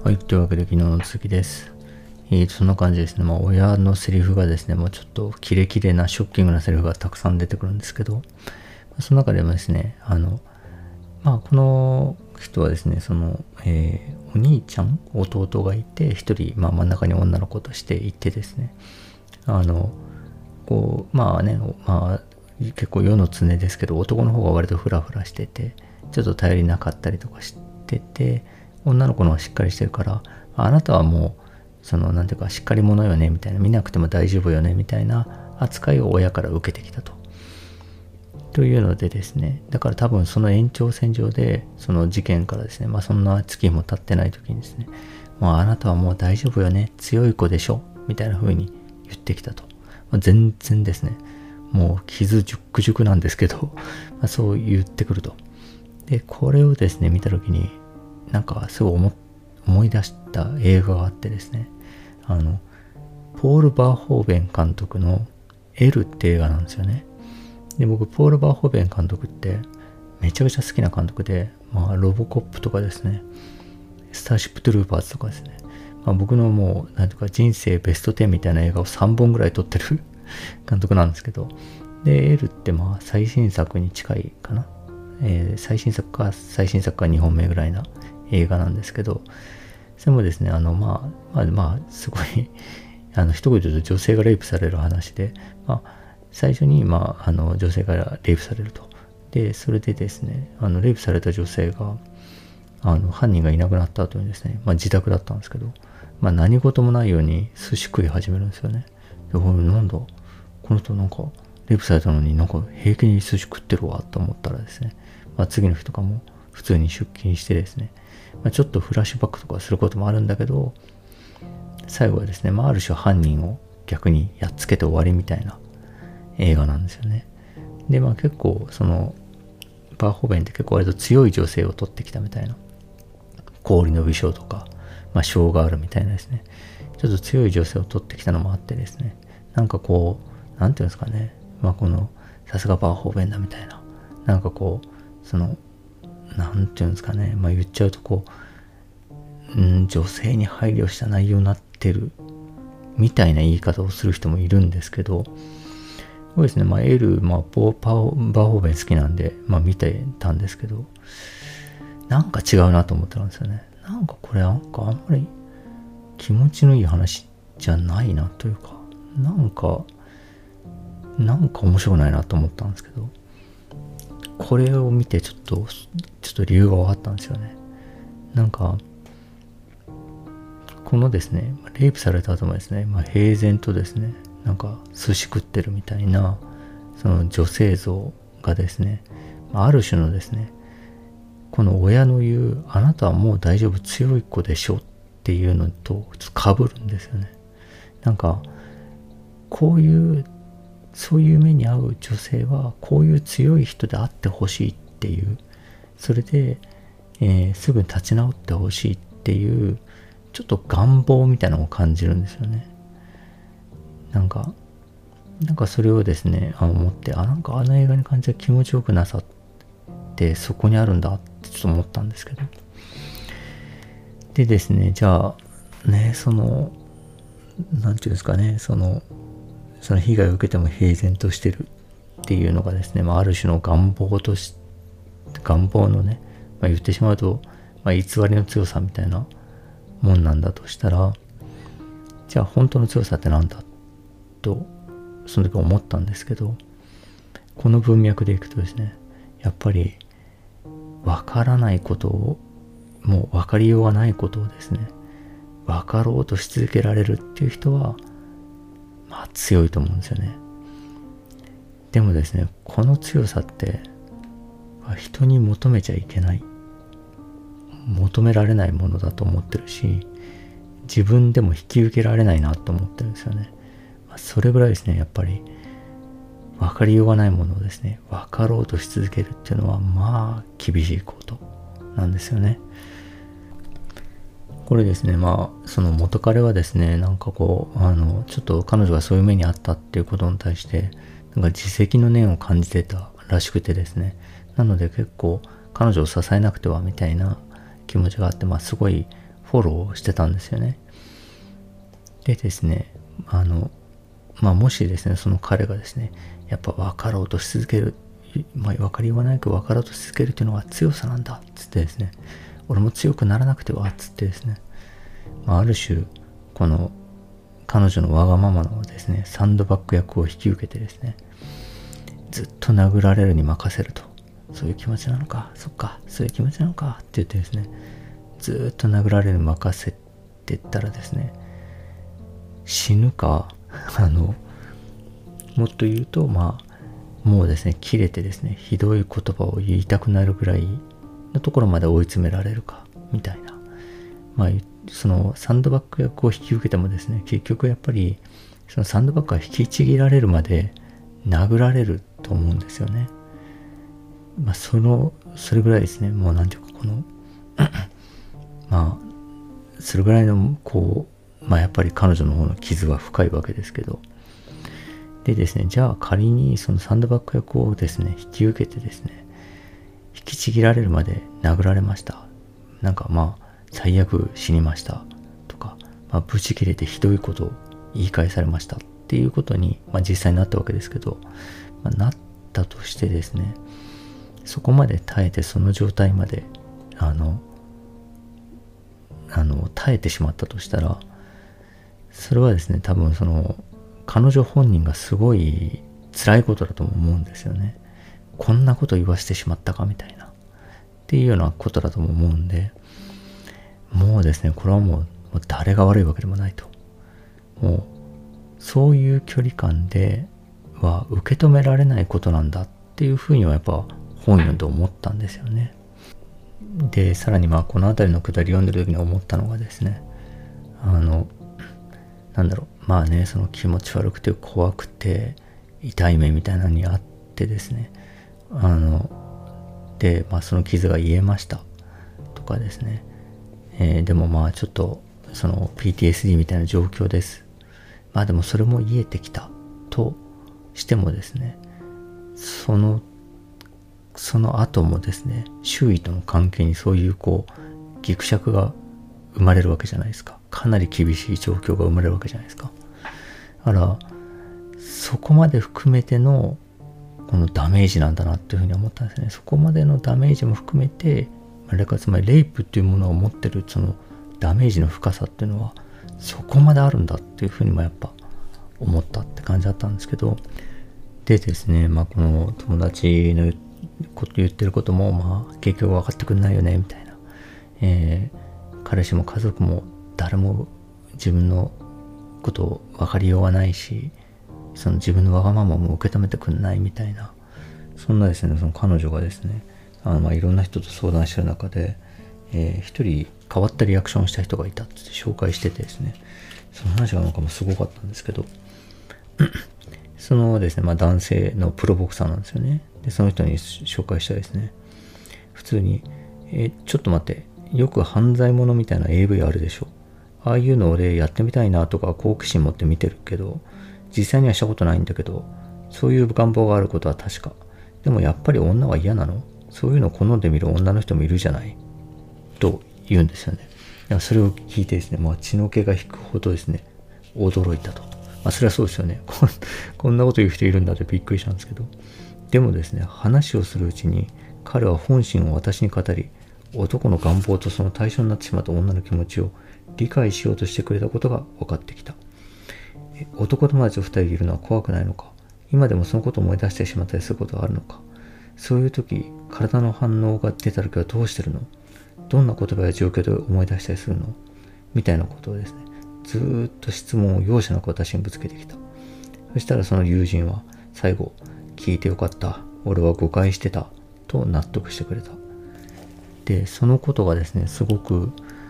はい、というわけで昨日の続きです。そんな感じですね。親のセリフがですね、もうちょっとキレキレなショッキングなセリフがたくさん出てくるんですけど、その中でもですね、この人はですね、お兄ちゃん、弟がいて、一人、真ん中に女の子としていてですね、結構世の常ですけど、男の方が割とフラフラしてて、ちょっと頼りなかったりとかしてて、女の子の方がしっかりしてるから、あなたはもう、なんていうか、しっかり者よね、みたいな、見なくても大丈夫よね、みたいな扱いを親から受けてきたと。というのでですね、だから多分その延長線上で、その事件からですね、そんな月も経ってない時にですね、あなたはもう大丈夫よね、強い子でしょ、みたいな風に言ってきたと。全然ですね、もう傷じゅっくじゅくなんですけど、そう言ってくると。で、これをですね、見た時に、なんかすごい思い出した映画があってですね、ポール・バーホーベン監督の L って映画なんですよね。で、僕、ポール・バーホーベン監督ってめちゃくちゃ好きな監督で、ロボコップとかですね、スターシップ・トゥルーパーズとかですね、僕のもう、なんていうか人生ベスト10みたいな映画を3本ぐらい撮ってる監督なんですけど、で、L って最新作に近いかな。最新作か2本目ぐらいな映画なんですけど、それもですね、すごい一言で言うと女性がレイプされる話で、最初に、女性がレイプされると。で、それでですね、レイプされた女性が、犯人がいなくなった後にですね、自宅だったんですけど、何事もないように寿司食い始めるんですよね。で、なんだ、この人なんか、レイプされたのになんか平気に寿司食ってるわと思ったらですね、次の日とかも普通に出勤してですね、ちょっとフラッシュバックとかすることもあるんだけど、最後はですね、ある種犯人を逆にやっつけて終わりみたいな映画なんですよね。で、結構バーホーベンって結構割と強い女性を取ってきたみたいな、氷の美少とか、性があるみたいなですね、ちょっと強い女性を取ってきたのもあってですね、なんかこう、なんていうんですかね、この、さすがバーホーベンだみたいな、なんかこう、なんていうんですかね、言っちゃうとこう、女性に配慮した内容になってるみたいな言い方をする人もいるんですけど、そうですね、エル、バーホーベン好きなんで、見てたんですけど、なんか違うなと思ってたんですよね。なんかこれなんかあんまり気持ちのいい話じゃないなというか、なんか面白くないなと思ったんですけど、これを見てちょっと理由が分かったんですよね。なんか、このですね、レイプされた後もですね、平然とですね、なんか寿司食ってるみたいな、その女性像がですね、ある種のですね、この親の言う、あなたはもう大丈夫、強い子でしょっていうのとちょっと被るんですよね。なんか、そういう目に遭う女性は、こういう強い人であってほしいっていう、それで、すぐ立ち直ってほしいっていう、ちょっと願望みたいなのを感じるんですよね。なんかそれをですね、思って、なんかあの映画に感じた気持ちよくなさってそこにあるんだってちょっと思ったんですけど。でですね、じゃあ、ね、なんていうんですかね、その被害を受けても平然としてるっていうのがですね、ある種の願望のね、言ってしまうと、偽りの強さみたいなもんなんだとしたら、じゃあ本当の強さってなんだと、その時思ったんですけど、この文脈でいくとですね、やっぱり分からないことを、もう分かりようがないことをですね、分かろうとし続けられるっていう人は、強いと思うんですよね。でもですね、この強さって人に求めちゃいけない、求められないものだと思ってるし、自分でも引き受けられないなと思ってるんですよね。それぐらいですね、やっぱり分かりようがないものをですね、分かろうとし続けるっていうのは厳しいことなんですよね。これですね、その元彼はですね、なんかこう、ちょっと彼女がそういう目にあったっていうことに対して、なんか自責の念を感じてたらしくてですね、なので結構彼女を支えなくてはみたいな気持ちがあって、すごいフフォローしてたんですよね。でですね、もしですね、その彼がですね、やっぱ分かろうとし続ける、分かりようがないけど分かろうとし続けるっていうのが強さなんだっつってですね、俺も強くならなくてはっつってですね、ある種この彼女のわがままのですねサンドバッグ役を引き受けてですね、ずっと殴られるに任せると、そういう気持ちなのか、そっか、そういう気持ちなのかって言ってですね、ずっと殴られるに任せてったらですね、死ぬかもっと言うともうですね切れてですね、ひどい言葉を言いたくなるぐらいのところまで追い詰められるかみたいな、そのサンドバッグ役を引き受けてもですね、結局やっぱりそのサンドバッグが引きちぎられるまで殴られると思うんですよね。それぐらいですね、もうなんていうかこのそれぐらいのやっぱり彼女の方の傷は深いわけですけど、でですね、じゃあ仮にそのサンドバッグ役をですね引き受けてですね、引きちぎられるまで殴られました、最悪死にましたとか、ブチ切れてひどいことを言い返されましたっていうことに、実際になったわけですけど、なったとしてですね、そこまで耐えてその状態まで耐えてしまったとしたら、それはですね多分その彼女本人がすごい辛いことだと思うんですよね。こんなこと言わせてしまったかみたいなっていうようなことだとも思うんで、もうですねこれはもう誰が悪いわけでもないと、もうそういう距離感では受け止められないことなんだっていうふうにはやっぱ本読んで思ったんですよね。でさらにこの辺りのくだり読んでる時に思ったのがですね、その気持ち悪くて怖くて痛い目みたいなのにあってですね、その傷が癒えましたとかですね、でもちょっとその PTSD みたいな状況です、でもそれも癒えてきたとしてもですね、その後もですね、周囲との関係にそういうギクシャクが生まれるわけじゃないですか。かなり厳しい状況が生まれるわけじゃないですか。だからそこまで含めてのこのダメージなんだなっていうふうに思ったんですね。そこまでのダメージも含めて、つまりレイプっていうものを持ってるそのダメージの深さっていうのはそこまであるんだっていうふうにもやっぱ思ったって感じだったんですけど、でですね、この友達の言ってることも結局分かってくんないよねみたいな、彼氏も家族も誰も自分のことを分かりようがないし、その自分のわがままも受け止めてくんないみたいな、そんなですね、その彼女がですね、いろんな人と相談してる中で、一人変わったリアクションをした人がいたって紹介しててですね、その話がもすごかったんですけど、そのですね、男性のプロボクサーなんですよね。でその人に紹介したらですね、普通にちょっと待って、よく犯罪者みたいな AV あるでしょ、ああいうの俺やってみたいなとか好奇心持って見てるけど、実際にはしたことないんだけど、そういう願望があることは確か。でもやっぱり女は嫌なの？そういうのを好んでみる女の人もいるじゃないと言うんですよね。それを聞いてですね、血の気が引くほどですね、驚いたと。それはそうですよね。こんなこと言う人いるんだってびっくりしたんですけど、でもですね、話をするうちに彼は本心を私に語り、男の願望とその対象になってしまった女の気持ちを理解しようとしてくれたことが分かってきた。男友達と2人いるのは怖くないのか？今でもそのことを思い出してしまったりすることがあるのか？そういう時、体の反応が出た時はどうしてるの？どんな言葉や状況で思い出したりするの？みたいなことをですね、ずーっと質問を容赦なく私にぶつけてきた。そしたらその友人は最後、聞いてよかった。俺は誤解してた。と納得してくれた。で、そのことがですね、すごく、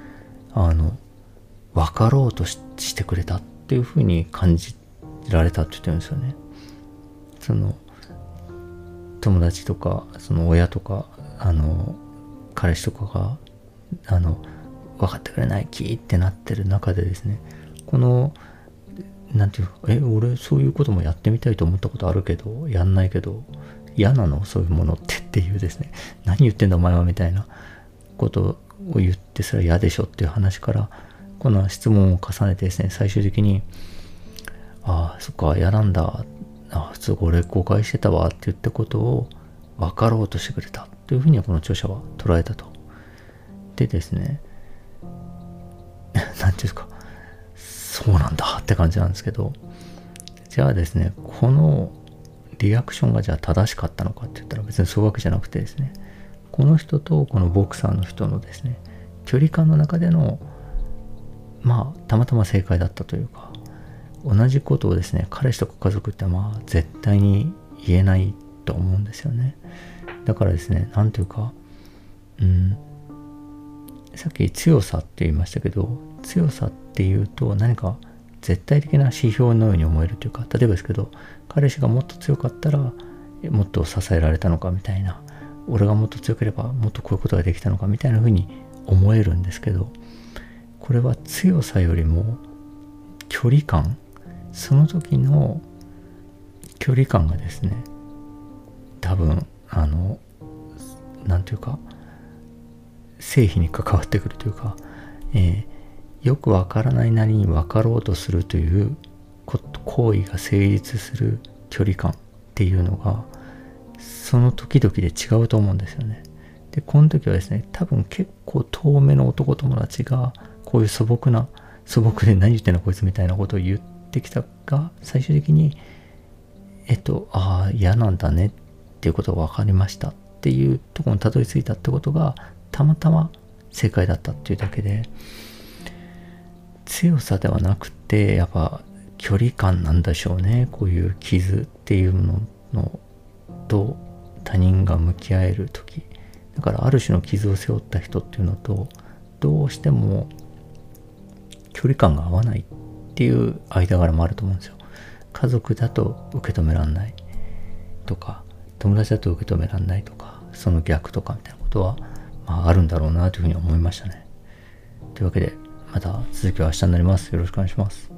分かろうとしてくれたっていうふうに感じられたって言ってるんですよね。その、友達とか、その親とか、彼氏とかが、分かってくれない、キーってなってる中でですね、この、なんていうか、俺そういうこともやってみたいと思ったことあるけど、やんないけど、嫌なのそういうものっていうですね、何言ってんだお前はみたいなことを言ってそれは嫌でしょっていう話から、この質問を重ねてですね、最終的に、ああ、そっか、嫌なんだ。普通俺誤解してたわって言ったことを分かろうとしてくれたというふうにこの著者は捉えたと。でですね、なんていうんですか、そうなんだって感じなんですけど、じゃあですね、このリアクションがじゃあ正しかったのかって言ったら別にそういうわけじゃなくてですね、この人とこのボクサーの人のですね、距離感の中でのたまたま正解だったというか、同じことをですね、彼氏とか家族って絶対に言えないと思うんですよね。だからですね、なんていうか、さっき強さって言いましたけど、強さっていうと何か絶対的な指標のように思えるというか、例えばですけど、彼氏がもっと強かったらもっと支えられたのかみたいな、俺がもっと強ければもっとこういうことができたのかみたいな風に思えるんですけど、これは強さよりも距離感、その時の距離感がですね、多分なんていうか、成否に関わってくるというか、よくわからないなりに分かろうとするという行為が成立する距離感っていうのがその時々で違うと思うんですよね。でこの時はですね、多分結構遠目の男友達がこういう素朴で何言ってんのこいつみたいなことを言ってきたが、最終的に嫌なんだねっていうことが分かりましたっていうところにたどり着いたってことがたまたま正解だったっていうだけで、強さではなくてやっぱ距離感なんでしょうね。こういう傷っていうのと他人が向き合える時だから、ある種の傷を背負った人っていうのとどうしても距離感が合わないっていう間柄もあると思うんですよ。家族だと受け止めらんないとか、友達だと受け止めらんないとか、その逆とかみたいなことはあるんだろうなというふうに思いましたね。というわけで、また続きは明日になります。よろしくお願いします。